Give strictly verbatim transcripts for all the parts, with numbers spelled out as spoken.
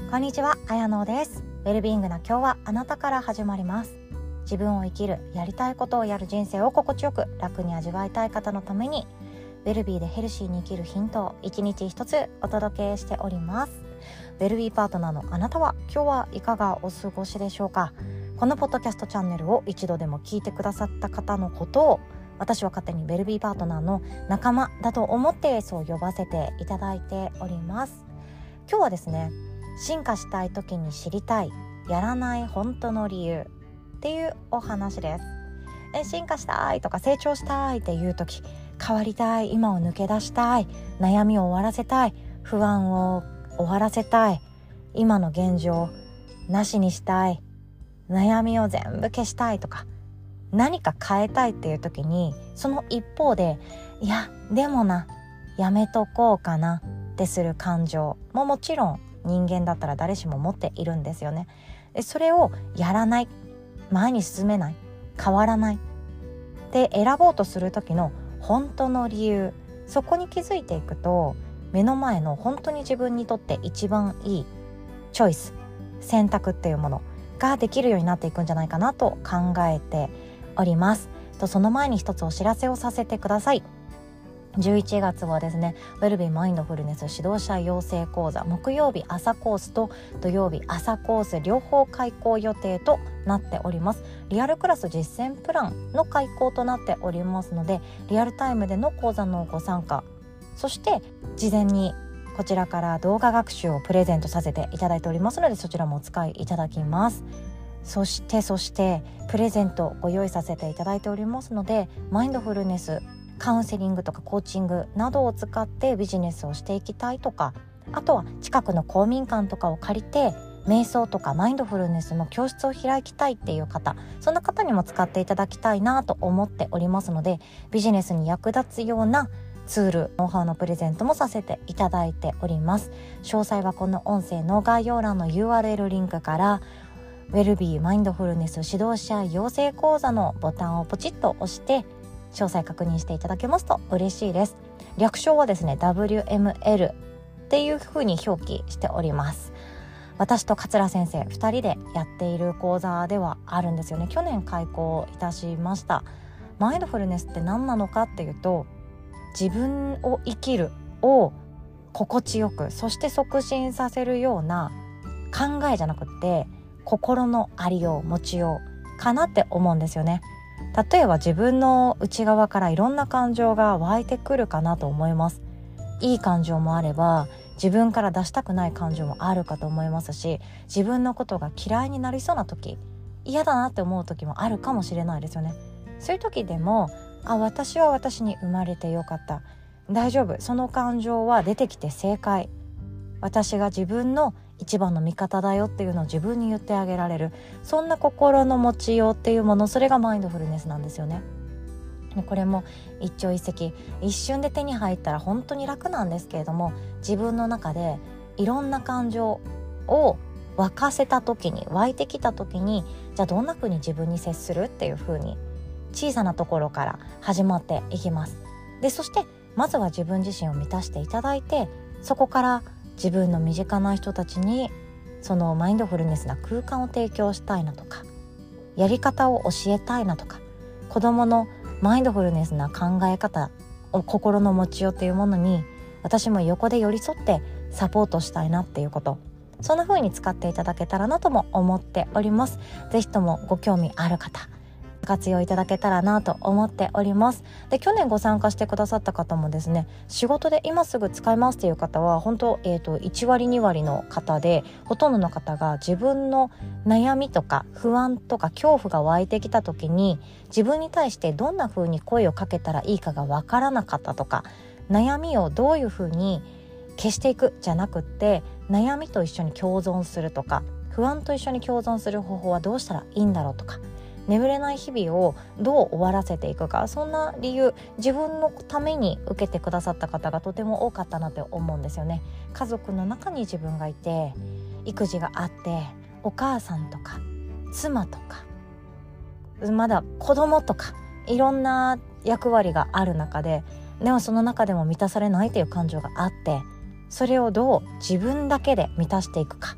こんにちは、あやのです。ウェルビーイングな今日はあなたから始まります。自分を生きる、やりたいことをやる人生を心地よく楽に味わいたい方のために、ウェルビーでヘルシーに生きるヒントを一日一つお届けしております。ウェルビーパートナーのあなたは今日はいかがお過ごしでしょうか。このポッドキャストチャンネルを一度でも聞いてくださった方のことを、私は勝手にウェルビーパートナーの仲間だと思ってそう呼ばせていただいております。今日はですね、進化したい時に知りたい、やらない本当の理由っていうお話です。え進化したいとか成長したいっていう時、変わりたい、今を抜け出したい、悩みを終わらせたい、不安を終わらせたい、今の現状なしにしたい、悩みを全部消したいとか、何か変えたいっていう時に、その一方で、いやでもな、やめとこうかなってする感情ももちろん人間だったら誰しも持っているんですよね。それをやらない、前に進めない、変わらないで選ぼうとする時の本当の理由、そこに気づいていくと、目の前の本当に自分にとって一番いいチョイス、選択っていうものができるようになっていくんじゃないかなと考えております。とその前に一つお知らせをさせてください。じゅういちがつはですね、ウェルビーマインドフルネス指導者養成講座、木曜日朝コースと土曜日朝コース両方開講予定となっております。リアルクラス実践プランの開講となっておりますので、リアルタイムでの講座のご参加、そして事前にこちらから動画学習をプレゼントさせていただいておりますので、そちらもお使いいただきます。そしてそしてプレゼントご用意させていただいておりますので、マインドフルネスカウンセリングとかコーチングなどを使ってビジネスをしていきたいとか、あとは近くの公民館とかを借りて瞑想とかマインドフルネスの教室を開きたいっていう方、そんな方にも使っていただきたいなと思っておりますので、ビジネスに役立つようなツール、ノウハウのプレゼントもさせていただいております。詳細はこの音声の概要欄の ユーアールエル リンクから、ウェルビーマインドフルネス指導者養成講座のボタンをポチッと押して詳細確認していただけますと嬉しいです。略称はですね ダブリューエムエル っていう風に表記しております。私と桂先生ふたりでやっている講座ではあるんですよね。去年開講いたしました。マインドフルネスって何なのかっていうと、自分を生きるを心地よく、そして促進させるような考えじゃなくって心のありよう持ちようかなって思うんですよね。例えば自分の内側からいろんな感情が湧いてくるかなと思います。いい感情もあれば、自分から出したくない感情もあるかと思いますし、自分のことが嫌いになりそうな時、嫌だなって思う時もあるかもしれないですよね。そういう時でも、あ、私は私に生まれてよかった、大丈夫、その感情は出てきて正解、私が自分の一番の味方だよっていうのを自分に言ってあげられる、そんな心の持ちようっていうもの、それがマインドフルネスなんですよね。でこれも一朝一夕、一瞬で手に入ったら本当に楽なんですけれども、自分の中でいろんな感情を沸かせた時に、湧いてきた時に、じゃあどんな風に自分に接するっていう風に小さなところから始まっていきます。でそしてまずは自分自身を満たしていただいて、そこから自分の身近な人たちにそのマインドフルネスな空間を提供したいなとか、やり方を教えたいなとか、子どものマインドフルネスな考え方を、心の持ちようっていうものに私も横で寄り添ってサポートしたいなっていうこと、そんな風に使っていただけたらなとも思っております。ぜひともご興味ある方、活用いただけたらなと思っております。で去年ご参加してくださった方もですね、仕事で今すぐ使いますっていう方は本当、えーと、いちわりにわりの方で、ほとんどの方が自分の悩みとか不安とか恐怖が湧いてきた時に、自分に対してどんな風に声をかけたらいいかがわからなかったとか、悩みをどういう風に消していくじゃなくって、悩みと一緒に共存するとか、不安と一緒に共存する方法はどうしたらいいんだろうとか、眠れない日々をどう終わらせていくか、そんな理由、自分のために受けてくださった方がとても多かったなって思うんですよね。家族の中に自分がいて、育児があって、お母さんとか妻とかまだ子供とか、いろんな役割がある中で、でもその中でも満たされないという感情があって、それをどう自分だけで満たしていくか、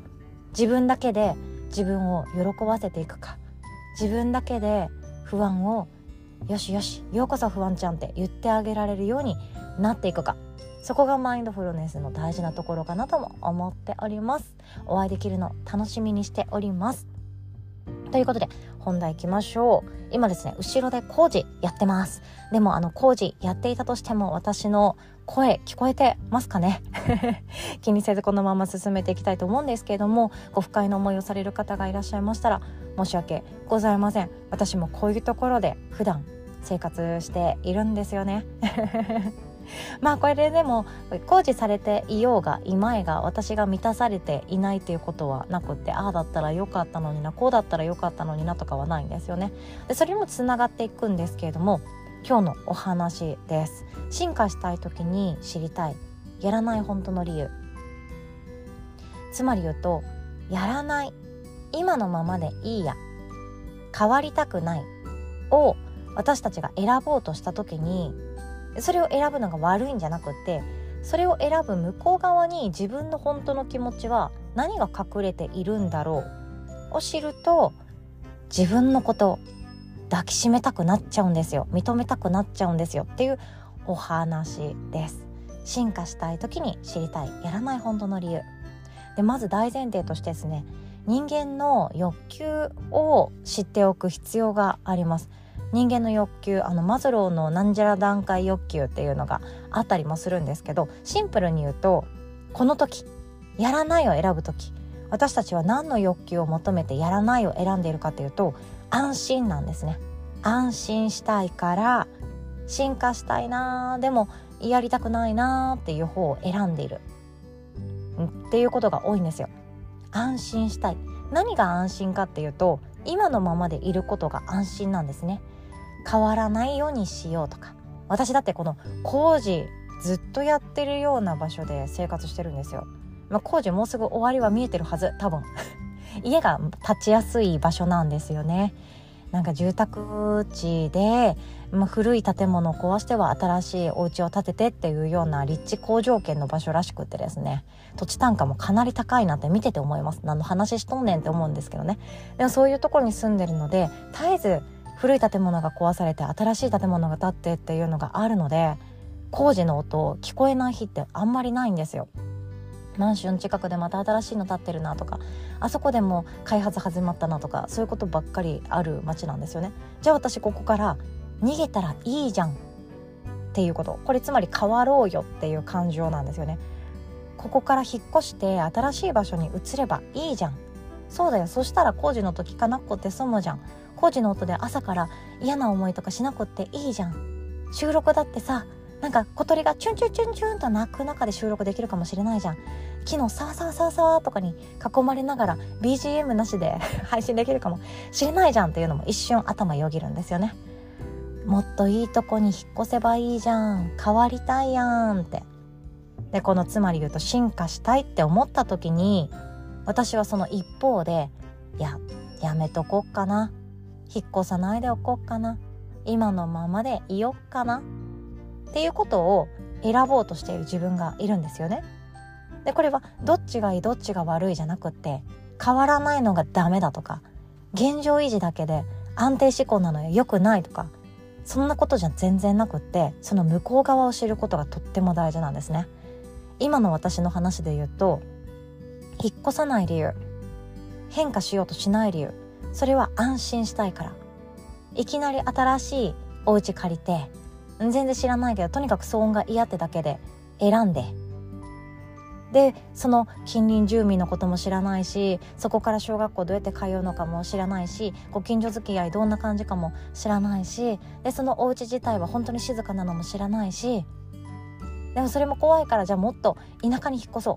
自分だけで自分を喜ばせていくか、自分だけで不安をよしよしようこそ不安ちゃんって言ってあげられるようになっていくか、そこがマインドフルネスの大事なところかなとも思っております。お会いできるの楽しみにしております。ということで本題行きましょう。今ですね、後ろで工事やってます。でもあの工事やっていたとしても私の声聞こえてますかね気にせずこのまま進めていきたいと思うんですけれども、ご不快な思いをされる方がいらっしゃいましたら申し訳ございません。私もこういうところで普段生活しているんですよねまあこれでも工事されていようがいまいが私が満たされていないということはなくって、ああだったらよかったのにな、こうだったらよかったのになとかはないんですよね。でそれにもつながっていくんですけれども、今日のお話です。進化したい時に知りたいやらない本当の理由。つまり言うと、やらない、今のままでいいや、変わりたくないを私たちが選ぼうとした時に、それを選ぶのが悪いんじゃなくって、それを選ぶ向こう側に自分の本当の気持ちは何が隠れているんだろうを知ると、自分のことを抱きしめたくなっちゃうんですよ、認めたくなっちゃうんですよっていうお話です。進化したい時に知りたいやらない本当の理由で、まず大前提としてですね、人間の欲求を知っておく必要があります。人間の欲求、あのマズローのなんじゃら段階欲求っていうのがあったりもするんですけど、シンプルに言うと、この時やらないを選ぶ時、私たちは何の欲求を求めてやらないを選んでいるかというと、安心なんですね。安心したいから進化したいな、でもやりたくないなっていう方を選んでいるっていうことが多いんですよ。安心したい。何が安心かっていうと、今のままでいることが安心なんですね。変わらないようにしようとか、私だってこの工事ずっとやってるような場所で生活してるんですよ。まあ、工事もうすぐ終わりは見えてるはず、多分家が建ちやすい場所なんですよね。なんか住宅地で、まあ、古い建物を壊しては新しいお家を建ててっていうような立地好条件の場所らしくてですね、土地単価もかなり高いなって見てて思います。何の話しとんねんって思うんですけどね。でもそういうところに住んでるので、絶えず古い建物が壊されて新しい建物が建ってっていうのがあるので、工事の音聞こえない日ってあんまりないんですよ。マンション近くでまた新しいの建ってるなとか、あそこでも開発始まったなとか、そういうことばっかりある街なんですよね。じゃあ私ここから逃げたらいいじゃんっていうこと、これつまり変わろうよっていう感情なんですよね。ここから引っ越して新しい場所に移ればいいじゃん。そうだよ、そしたら工事の音聞かなくて済むじゃん。工事の音で朝から嫌な思いとかしなくっていいじゃん。収録だってさ、なんか小鳥がチュンチュンチュンチュンと鳴く中で収録できるかもしれないじゃん。木のサワサワサワサワとかに囲まれながら ビージーエム なしで配信できるかもしれないじゃんっていうのも一瞬頭よぎるんですよね。もっといいとこに引っ越せばいいじゃん、変わりたいやんって。でこのつまり言うと、進化したいって思った時に、私はその一方で、いややめとこっかな、引っ越さないでおこっかな、今のままでいよっかなっていうことを選ぼうとしている自分がいるんですよね。でこれはどっちがいいどっちが悪いじゃなくって、変わらないのがダメだとか、現状維持だけで安定志向なのよ良くないとか、そんなことじゃ全然なくって、その向こう側を知ることがとっても大事なんですね。今の私の話で言うと、引っ越さない理由、変化しようとしない理由、それは安心したいから。いきなり新しいお家借りて、全然知らないけどとにかく騒音が嫌ってだけで選んで、でその近隣住民のことも知らないし、そこから小学校どうやって通うのかも知らないし、ご近所付き合いどんな感じかも知らないし、でそのお家自体は本当に静かなのも知らないし、でもそれも怖いから、じゃあもっと田舎に引っ越そう、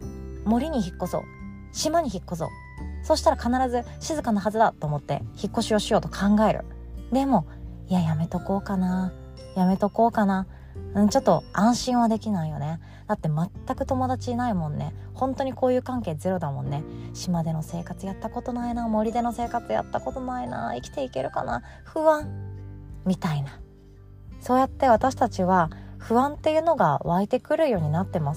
森に引っ越そう、島に引っ越そう、そしたら必ず静かなはずだと思って引っ越しをしようと考える。でもいややめとこうかな、やめとこうかな、うん、ちょっと安心はできないよね。だって全く友達いないもんね。本当に交友関係ゼロだもんね。島での生活やったことないな、森での生活やったことないな、生きていけるかな、不安みたいな。そうやって私たちは不安っていうのが湧いてくるようになってます。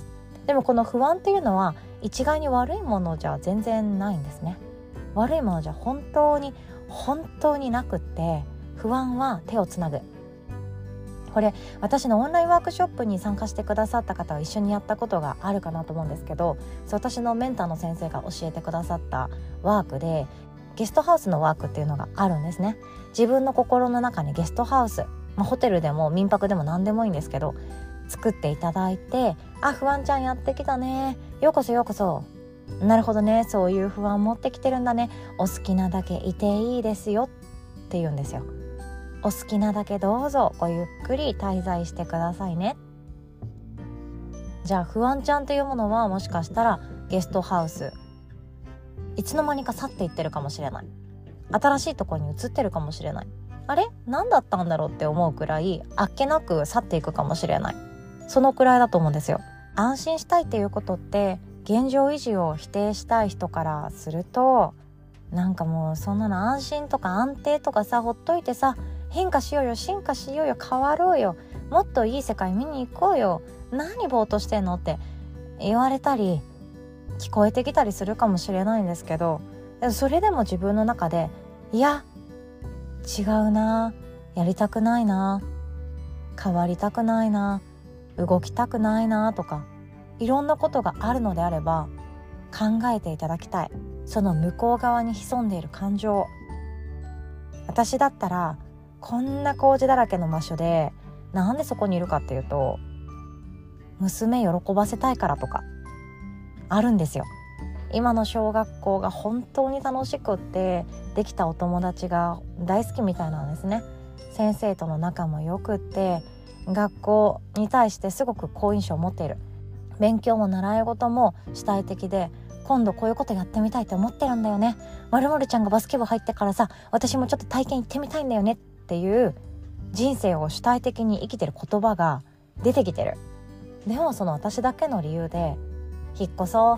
でもこの不安っていうのは一概に悪いものじゃ全然ないんですね。悪いものじゃ本当に本当になくって、不安は手をつなぐ。これ私のオンラインワークショップに参加してくださった方は一緒にやったことがあるかなと思うんですけど、そう私のメンターの先生が教えてくださったワークでゲストハウスのワークっていうのがあるんですね。自分の心の中にゲストハウス、まあ、ホテルでも民泊でも何でもいいんですけど作っていただいて、あ、不安ちゃんやってきたね、ようこそようこそ、なるほどね、そういう不安持ってきてるんだね、お好きなだけいていいですよって言うんですよ。お好きなだけどうぞごゆっくり滞在してくださいね。じゃあ不安ちゃんというものはもしかしたらゲストハウスいつの間にか去っていってるかもしれない、新しいところに移ってるかもしれない、あれ何だったんだろうって思うくらいあっけなく去っていくかもしれない、そのくらいだと思うんですよ。安心したいっていうことって現状維持を否定したい人からすると、なんかもうそんなの安心とか安定とかさ、ほっといてさ、変化しようよ、進化しようよ、変わろうよ、もっといい世界見に行こうよ、何ぼーっとしてんのって言われたり聞こえてきたりするかもしれないんですけど、それでも自分の中でいや違うな、やりたくないな、変わりたくないな、動きたくないなとか、いろんなことがあるのであれば考えていただきたい。その向こう側に潜んでいる感情。私だったらこんな工事だらけの場所でなんでそこにいるかっていうと、娘喜ばせたいからとかあるんですよ。今の小学校が本当に楽しくってできたお友達が大好きみたいなんですね。先生との仲も良くって学校に対してすごく好印象を持っている。勉強も習い事も主体的で、今度こういうことやってみたいって思ってるんだよね、〇〇ちゃんがバスケ部入ってからさ、私もちょっと体験行ってみたいんだよねっていう人生を主体的に生きてる言葉が出てきてる。でもその私だけの理由で引っ越そう、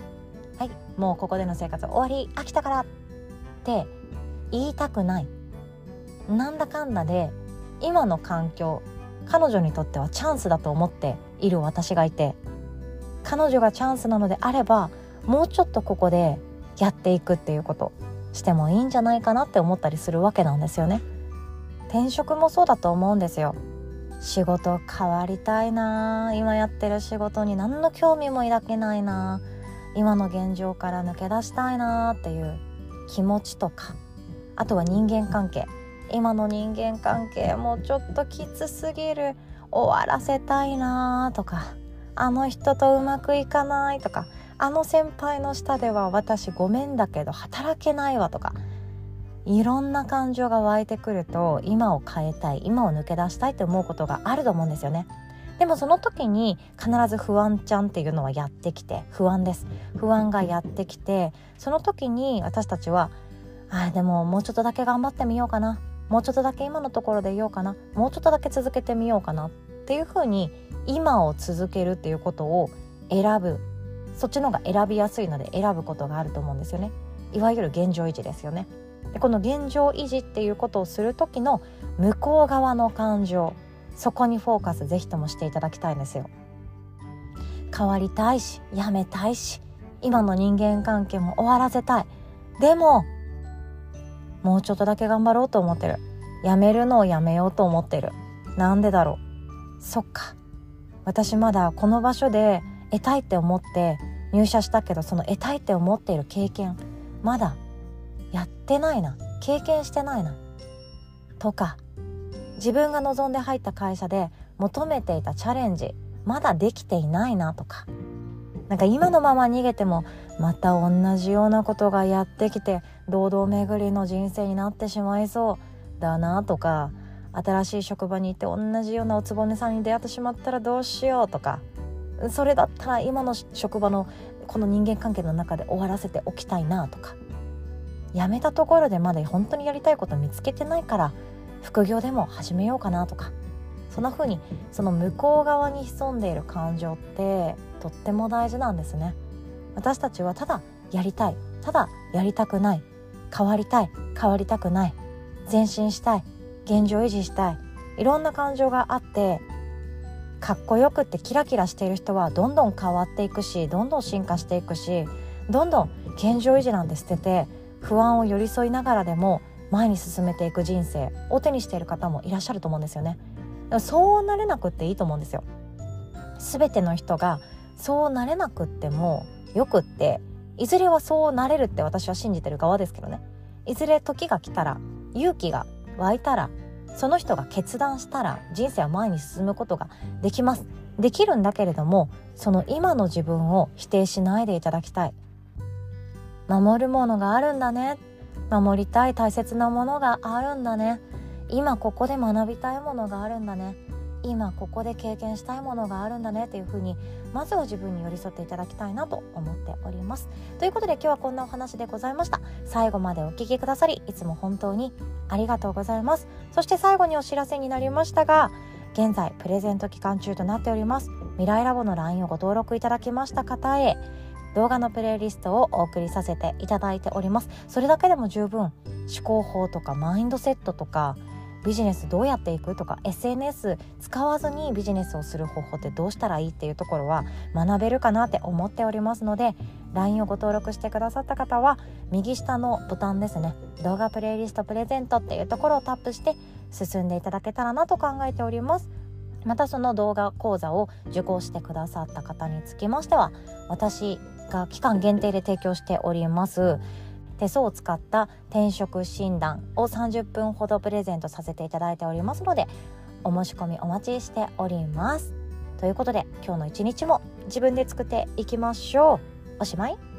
はいもうここでの生活終わり、飽きたからって言いたくない。なんだかんだで今の環境、彼女にとってはチャンスだと思っている私がいて、彼女がチャンスなのであればもうちょっとここでやっていくっていうことしてもいいんじゃないかなって思ったりするわけなんですよね。転職もそうだと思うんですよ。仕事変わりたいな、今やってる仕事に何の興味も抱けないな、今の現状から抜け出したいなっていう気持ちとか、あとは人間関係、今の人間関係もうちょっときつすぎる、終わらせたいなとか、あの人とうまくいかないとか、あの先輩の下では私ごめんだけど働けないわとか、いろんな感情が湧いてくると今を変えたい、今を抜け出したいって思うことがあると思うんですよね。でもその時に必ず不安ちゃんっていうのはやってきて、不安です不安がやってきて、その時に私たちはあでももうちょっとだけ頑張ってみようかな、もうちょっとだけ今のところでいようかな、もうちょっとだけ続けてみようかなっていう風に今を続けるっていうことを選ぶ、そっちの方が選びやすいので選ぶことがあると思うんですよね。いわゆる現状維持ですよね。でこの現状維持っていうことをする時の向こう側の感情、そこにフォーカスぜひともしていただきたいんですよ。変わりたいしやめたいし今の人間関係も終わらせたい、でももうちょっとだけ頑張ろうと思ってる、やめるのをやめようと思ってる、なんでだろう、そっか私まだこの場所で得たいって思って入社したけど、その得たいって思っている経験まだやってないな、経験してないなとか、自分が望んで入った会社で求めていたチャレンジまだできていないなとか、なんか今のまま逃げてもまた同じようなことがやってきて堂々巡りの人生になってしまいそうだなとか、新しい職場に行って同じようなおつぼねさんに出会ってしまったらどうしようとか、それだったら今の職場のこの人間関係の中で終わらせておきたいなとか、辞めたところでまだ本当にやりたいこと見つけてないから副業でも始めようかなとか、そんな風にその向こう側に潜んでいる感情ってとっても大事なんですね。私たちはただやりたい、ただやりたくない、変わりたい、変わりたくない、前進したい、現状維持したい、いろんな感情があって、 かっこよくってキラキラしている人はどんどん変わっていくし、どんどん進化していくし、どんどん現状維持なんて捨てて不安を寄り添いながらでも前に進めていく人生を手にしている方もいらっしゃると思うんですよね。そうなれなくっていいと思うんですよ。全ての人がそうなれなくってもよくって、いずれはそうなれるって私は信じてる側ですけどね。いずれ時が来たら、勇気が湧いたら、その人が決断したら人生は前に進むことができます。できるんだけれども、その今の自分を否定しないでいただきたい。守るものがあるんだね、守りたい大切なものがあるんだね、今ここで学びたいものがあるんだね、今ここで経験したいものがあるんだねっていうふうに、まずは自分に寄り添っていただきたいなと思っております。ということで今日はこんなお話でございました。最後までお聞きくださりいつも本当にありがとうございます。そして最後にお知らせになりましたが、現在プレゼント期間中となっております未来ラボの ライン をご登録いただきました方へ動画のプレイリストをお送りさせていただいております。それだけでも十分思考法とかマインドセットとかビジネスどうやっていくとか エスエヌエス 使わずにビジネスをする方法ってどうしたらいいっていうところは学べるかなって思っておりますので、 ライン をご登録してくださった方は右下のボタンですね、動画プレイリストプレゼントっていうところをタップして進んでいただけたらなと考えております。またその動画講座を受講してくださった方につきましては、私が期間限定で提供しております手相を使った転職診断をさんじゅっぷんほどプレゼントさせていただいておりますので、お申し込みお待ちしております。ということで今日の一日も自分で作っていきましょう。おしまい。